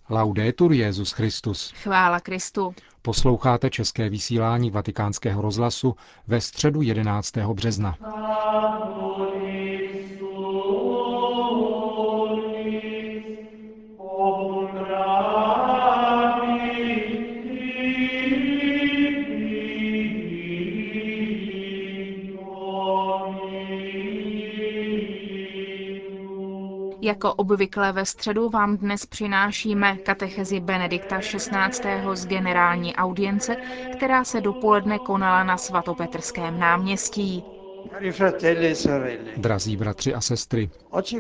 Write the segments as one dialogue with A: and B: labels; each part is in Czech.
A: Laudetur Jesus Christus.
B: Chvála Kristu.
A: Posloucháte české vysílání Vatikánského rozhlasu ve středu 11. března.
B: Jako obvykle ve středu vám dnes přinášíme katechezi Benedikta XVI. Z generální audience, která se dopoledne konala na svatopetrském náměstí.
A: Drazí bratři a sestry,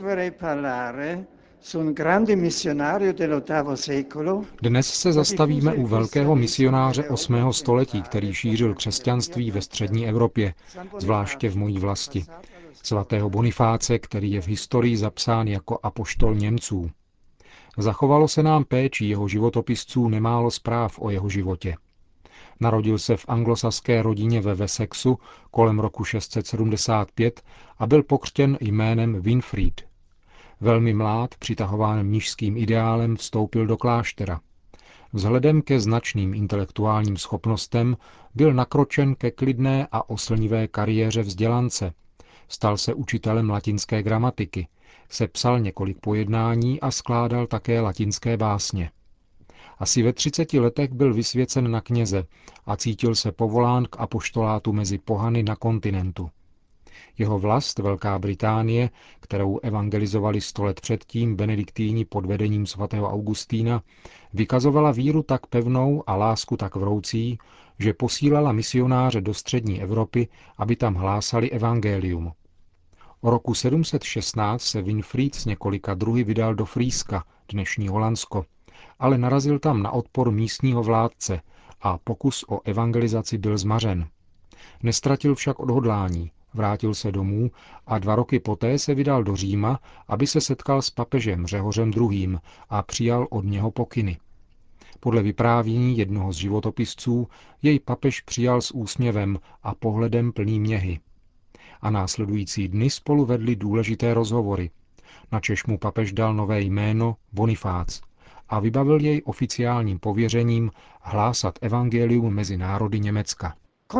A: dnes se zastavíme u velkého misionáře 8. století, který šířil křesťanství ve střední Evropě, zvláště v mojí vlasti, svatého Bonifáce, který je v historii zapsán jako apoštol Němců. Zachovalo se nám péčí jeho životopisců nemálo zpráv o jeho životě. Narodil se v anglosaské rodině ve Wessexu kolem roku 675 a byl pokřtěn jménem Winfried. Velmi mlád, přitahován mnišským ideálem, vstoupil do kláštera. Vzhledem ke značným intelektuálním schopnostem byl nakročen ke klidné a oslnivé kariéře vzdělance. Stal se učitelem latinské gramatiky, sepsal několik pojednání a skládal také latinské básně. Asi ve 30 letech byl vysvěcen na kněze a cítil se povolán k apoštolátu mezi pohany na kontinentu. Jeho vlast, Velká Británie, kterou evangelizovali 100 let předtím benediktíni pod vedením svatého Augustína, vykazovala víru tak pevnou a lásku tak vroucí, že posílala misionáře do střední Evropy, aby tam hlásali evangelium. O roku 716 se Winfried s několika druhy vydal do Frýska, dnešní Holandsko, ale narazil tam na odpor místního vládce a pokus o evangelizaci byl zmařen. Nestratil však odhodlání, vrátil se domů a 2 roky poté se vydal do Říma, aby se setkal s papežem Řehořem II. A přijal od něho pokyny. Podle vyprávění jednoho z životopisců jej papež přijal s úsměvem a pohledem plný měhy. A následující dny spolu vedli důležité rozhovory, načež mu papež dal nové jméno Bonifác a vybavil jej oficiálním pověřením hlásat evangelium mezi národy Německa.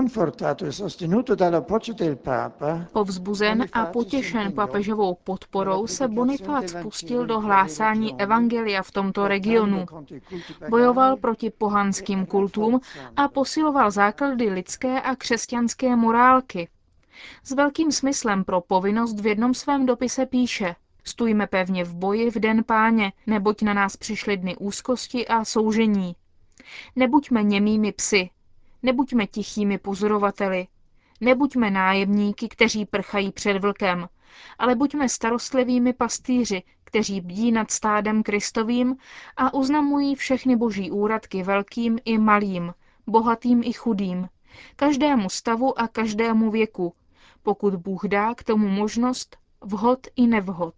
B: Povzbuzen a potěšen papežovou podporou se Bonifác pustil do hlásání evangelia v tomto regionu. Bojoval proti pohanským kultům a posiloval základy lidské a křesťanské morálky. S velkým smyslem pro povinnost v jednom svém dopise píše: Stůjme pevně v boji v den Páně, neboť na nás přišly dny úzkosti a soužení. Nebuďme němými psy, nebuďme tichými pozorovateli, nebuďme nájemníky, kteří prchají před vlkem, ale buďme starostlivými pastýři, kteří bdí nad stádem Kristovým a uznamují všechny boží úradky velkým i malým, bohatým i chudým, každému stavu a každému věku, pokud Bůh dá k tomu možnost, vhod i nevhod.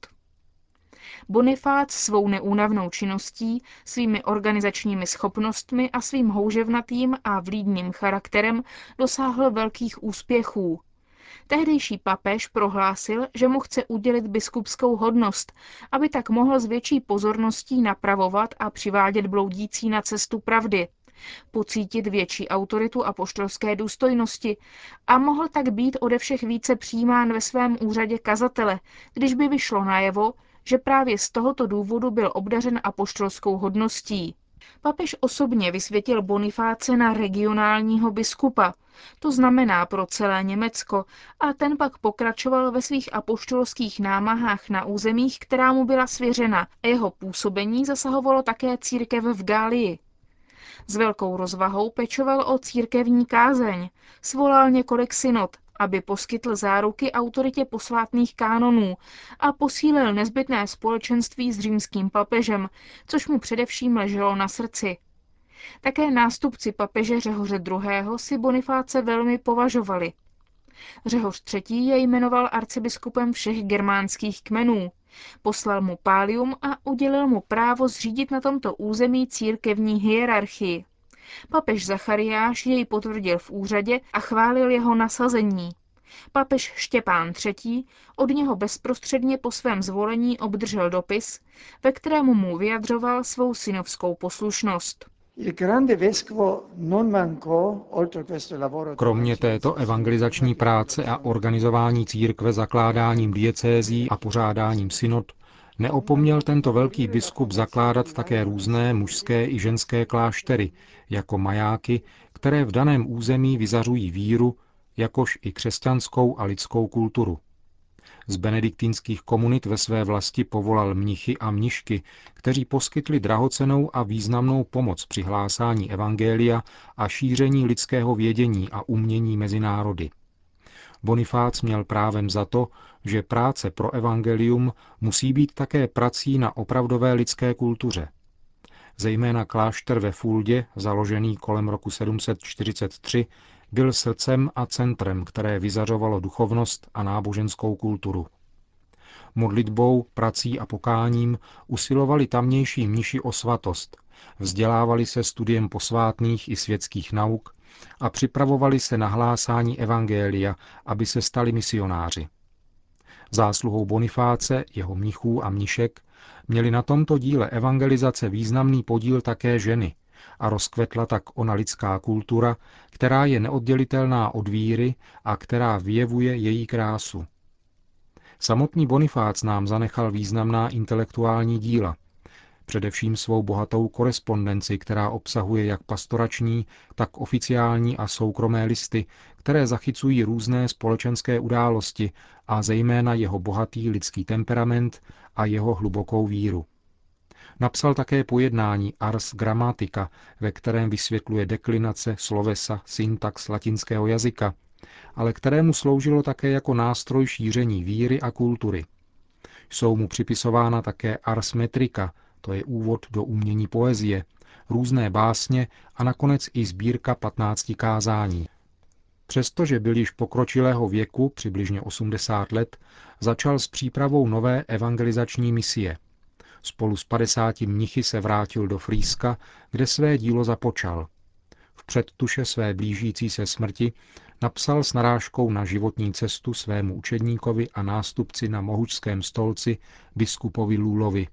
B: Bonifác svou neúnavnou činností, svými organizačními schopnostmi a svým houževnatým a vlídným charakterem dosáhl velkých úspěchů. Tehdejší papež prohlásil, že mu chce udělit biskupskou hodnost, aby tak mohl s větší pozorností napravovat a přivádět bloudící na cestu pravdy, pocítit větší autoritu apoštolské důstojnosti a mohl tak být ode všech více přijímán ve svém úřadě kazatele, když by vyšlo najevo, že právě z tohoto důvodu byl obdařen apoštolskou hodností. Papež osobně vysvětil Bonifáce na regionálního biskupa, to znamená pro celé Německo, a ten pak pokračoval ve svých apoštolských námahách na územích, která mu byla svěřena, a jeho působení zasahovalo také církev v Gálii. S velkou rozvahou pečoval o církevní kázeň, svolal několik synod, aby poskytl záruky autoritě posvátných kánonů a posílil nezbytné společenství s římským papežem, což mu především leželo na srdci. Také nástupci papeže Řehoře II. Si Bonifáce velmi považovali. Řehoř III. Je jmenoval arcibiskupem všech germánských kmenů, poslal mu pálium a udělil mu právo zřídit na tomto území církevní hierarchii. Papež Zachariáš jej potvrdil v úřadě a chválil jeho nasazení. Papež Štěpán III. Od něho bezprostředně po svém zvolení obdržel dopis, ve kterém mu vyjadřoval svou synovskou poslušnost.
A: Kromě této evangelizační práce a organizování církve zakládáním diecézí a pořádáním synod neopomněl tento velký biskup zakládat také různé mužské i ženské kláštery jako majáky, které v daném území vyzařují víru, jakož i křesťanskou a lidskou kulturu. Z benediktínských komunit ve své vlasti povolal mnichy a mnišky, kteří poskytli drahocennou a významnou pomoc při hlásání evangelia a šíření lidského vědění a umění mezi národy. Bonifác měl právem za to, že práce pro evangelium musí být také prací na opravdové lidské kultuře. Zejména klášter ve Fuldě, založený kolem roku 743, byl srdcem a centrem, které vyzařovalo duchovnost a náboženskou kulturu. Modlitbou, prací a pokáním usilovali tamnější mniši o svatost, vzdělávali se studiem posvátných i světských nauk a připravovali se na hlásání evangelia, aby se stali misionáři. Zásluhou Bonifáce, jeho mnichů a mnišek, měli na tomto díle evangelizace významný podíl také ženy a rozkvetla tak ona lidská kultura, která je neoddělitelná od víry a která vyjevuje její krásu. Samotný Bonifác nám zanechal významná intelektuální díla, především svou bohatou korespondenci, která obsahuje jak pastorační, tak oficiální a soukromé listy, které zachycují různé společenské události a zejména jeho bohatý lidský temperament a jeho hlubokou víru. Napsal také pojednání Ars Grammatica, ve kterém vysvětluje deklinace, slovesa, syntax latinského jazyka, ale kterému sloužilo také jako nástroj šíření víry a kultury. Jsou mu připisována také Ars Metrica, to je úvod do umění poezie, různé básně a nakonec i sbírka 15 kázání. Přestože byl již pokročilého věku, přibližně 80 let, začal s přípravou nové evangelizační misie. Spolu s 50 mnichy se vrátil do Frýska, kde své dílo započal. V předtuše své blížící se smrti napsal s narážkou na životní cestu svému učedníkovi a nástupci na mohučském stolci biskupovi Lůlovi.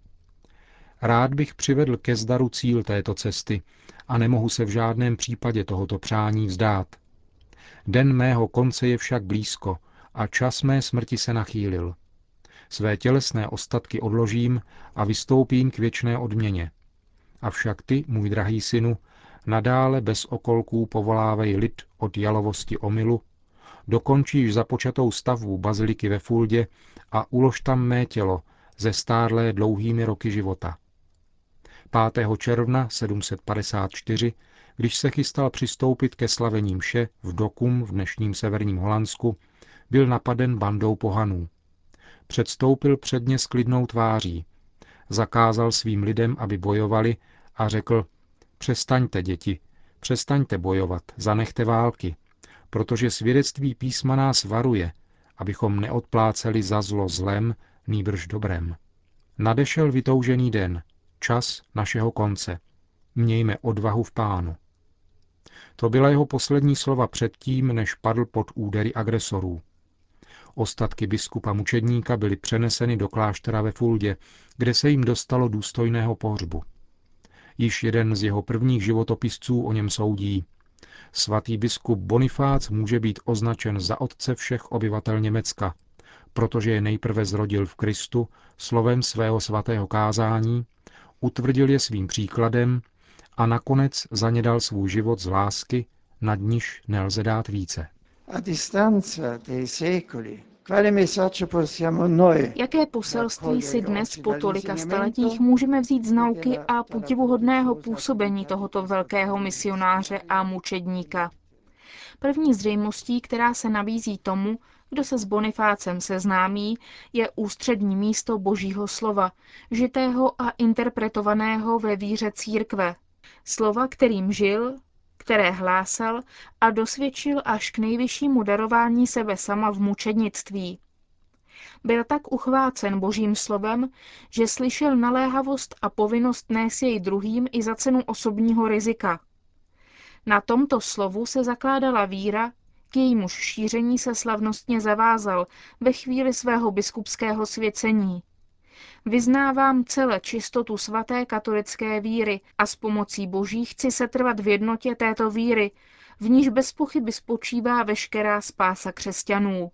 A: Rád bych přivedl ke zdaru cíl této cesty a nemohu se v žádném případě tohoto přání vzdát. Den mého konce je však blízko a čas mé smrti se nachýlil. Své tělesné ostatky odložím a vystoupím k věčné odměně. Avšak ty, můj drahý synu, nadále bez okolků povolávej lid od jalovosti omylu, dokončíš započatou stavbu baziliky ve Fuldě a ulož tam mé tělo, zestárlé dlouhými roky života. 5. června 754, když se chystal přistoupit ke slavení mše v Dokkum v dnešním severním Holandsku, byl napaden bandou pohanů. Předstoupil před ně s klidnou tváří, zakázal svým lidem, aby bojovali a řekl: přestaňte, děti, přestaňte bojovat, zanechte války, protože svědectví písma nás varuje, abychom neodpláceli za zlo zlem, nýbrž dobrem. Nadešel vytoužený den, čas našeho konce. Mějme odvahu v Pánu. To byla jeho poslední slova předtím, než padl pod údery agresorů. Ostatky biskupa mučedníka byly přeneseny do kláštera ve Fuldě, kde se jim dostalo důstojného pohřbu. Již jeden z jeho prvních životopisců o něm soudí: svatý biskup Bonifác může být označen za otce všech obyvatel Německa, protože je nejprve zrodil v Kristu slovem svého svatého kázání, utvrdil je svým příkladem a nakonec za ně dal svůj život z lásky, nad níž nelze dát více.
B: Jaké poselství si dnes po tolika staletích můžeme vzít z nauky a podivuhodného působení tohoto velkého misionáře a mučedníka? První zřejmostí, která se nabízí tomu, kdo se s Bonifácem seznámí, je ústřední místo Božího slova, žitého a interpretovaného ve víře církve. Slova, kterým žil, které hlásal a dosvědčil až k nejvyššímu darování sebe sama v mučednictví. Byl tak uchvácen Božím slovem, že slyšel naléhavost a povinnost nést jej druhým i za cenu osobního rizika. Na tomto slovu se zakládala víra, K jejímuž šíření se slavnostně zavázal ve chvíli svého biskupského svěcení. Vyznávám celé čistotu svaté katolické víry a s pomocí Boží chci setrvat v jednotě této víry, v níž bez pochyby spočívá veškerá spása křesťanů.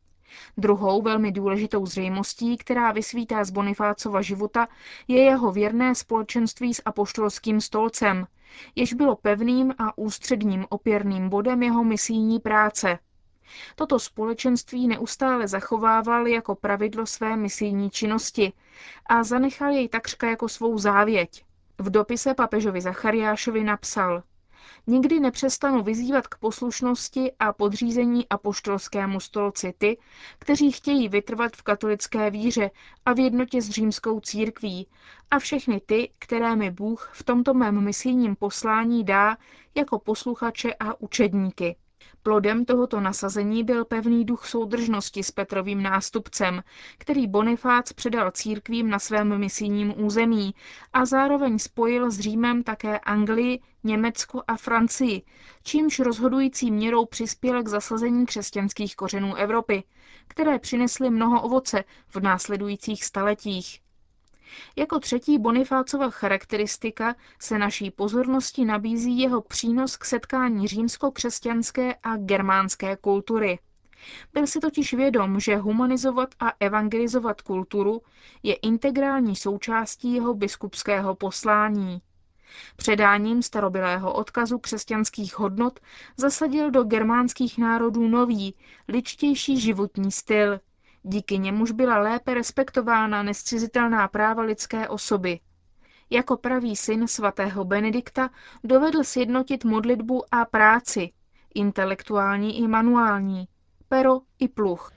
B: Druhou velmi důležitou zřejmostí, která vysvítá z Bonifácova života, je jeho věrné společenství s apoštolským stolcem, jež bylo pevným a ústředním opěrným bodem jeho misijní práce. Toto společenství neustále zachovával jako pravidlo své misijní činnosti a zanechal jej takřka jako svou závěť. V dopise papežovi Zachariášovi napsal: Nikdy nepřestanu vyzývat k poslušnosti a podřízení apoštolskému stolci ty, kteří chtějí vytrvat v katolické víře a v jednotě s římskou církví, a všechny ty, které mi Bůh v tomto mém misijním poslání dá jako posluchače a učedníky. Plodem tohoto nasazení byl pevný duch soudržnosti s Petrovým nástupcem, který Bonifác předal církvím na svém misijním území a zároveň spojil s Římem také Anglii, Německo a Francii, čímž rozhodující měrou přispěl k zasazení křesťanských kořenů Evropy, které přinesly mnoho ovoce v následujících staletích. Jako třetí Bonifácova charakteristika se naší pozornosti nabízí jeho přínos k setkání římsko-křesťanské a germánské kultury. Byl si totiž vědom, že humanizovat a evangelizovat kulturu je integrální součástí jeho biskupského poslání. Předáním starobylého odkazu křesťanských hodnot zasadil do germánských národů nový, ličtější životní styl. Díky němuž byla lépe respektována nezcizitelná práva lidské osoby. Jako pravý syn svatého Benedikta dovedl sjednotit modlitbu a práci, intelektuální i manuální, pero i pluh.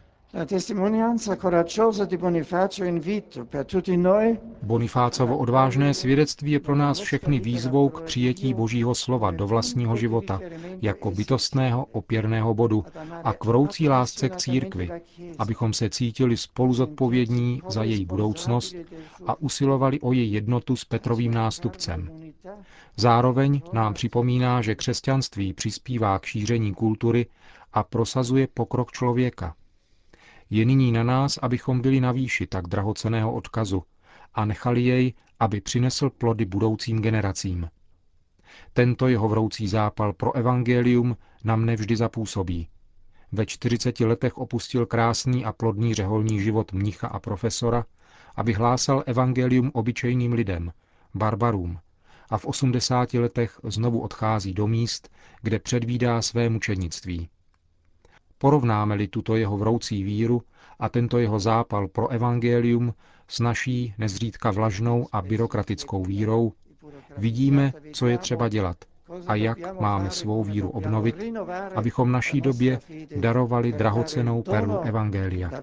A: Bonifácovo odvážné svědectví je pro nás všechny výzvou k přijetí Božího slova do vlastního života jako bytostného opěrného bodu a k vroucí lásce k církvi, abychom se cítili spoluzodpovědní za její budoucnost a usilovali o její jednotu s Petrovým nástupcem. Zároveň nám připomíná, že křesťanství přispívá k šíření kultury a prosazuje pokrok člověka. Je nyní na nás, abychom byli na výši tak drahocenného odkazu a nechali jej, aby přinesl plody budoucím generacím. Tento jeho vroucí zápal pro evangelium na mne vždy zapůsobí. Ve 40 letech opustil krásný a plodný řeholní život mnicha a profesora, aby hlásal evangelium obyčejným lidem, barbarům, a v 80 letech znovu odchází do míst, kde předvídá své mučednictví. Porovnáme-li tuto jeho vroucí víru a tento jeho zápal pro evangelium s naší nezřídka vlažnou a byrokratickou vírou, vidíme, co je třeba dělat a jak máme svou víru obnovit, abychom naší době darovali drahocennou perlu evangelia.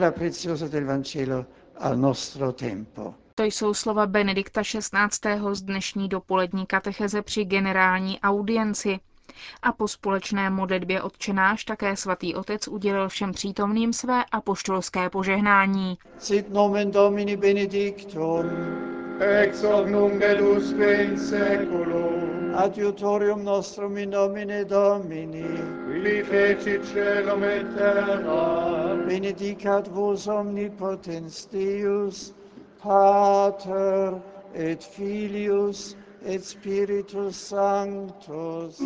B: To jsou slova Benedikta XVI. Z dnešní dopolední katecheze při generální audienci. A po společné modlitbě Otčenáš také svatý otec udělil všem přítomným své apoštolské požehnání.
C: Sit nomen Domini benedictum, ex hoc nunc et usque in seculum, adiutorium nostrum in nomine Domini, qui fecit caelum et terra, benedicat vos omnipotens Deus, Pater et Filius et Spiritus Sanctus.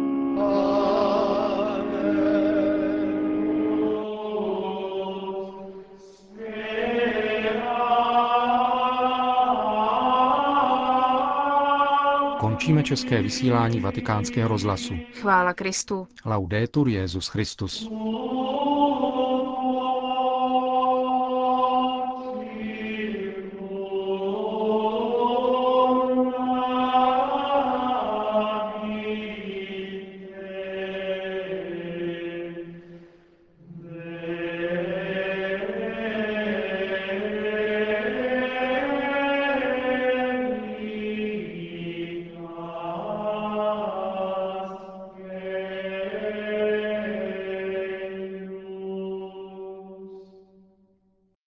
A: Končíme české vysílání Vatikánského rozhlasu.
B: Chvála Kristu.
A: Laudetur Jesus Christus.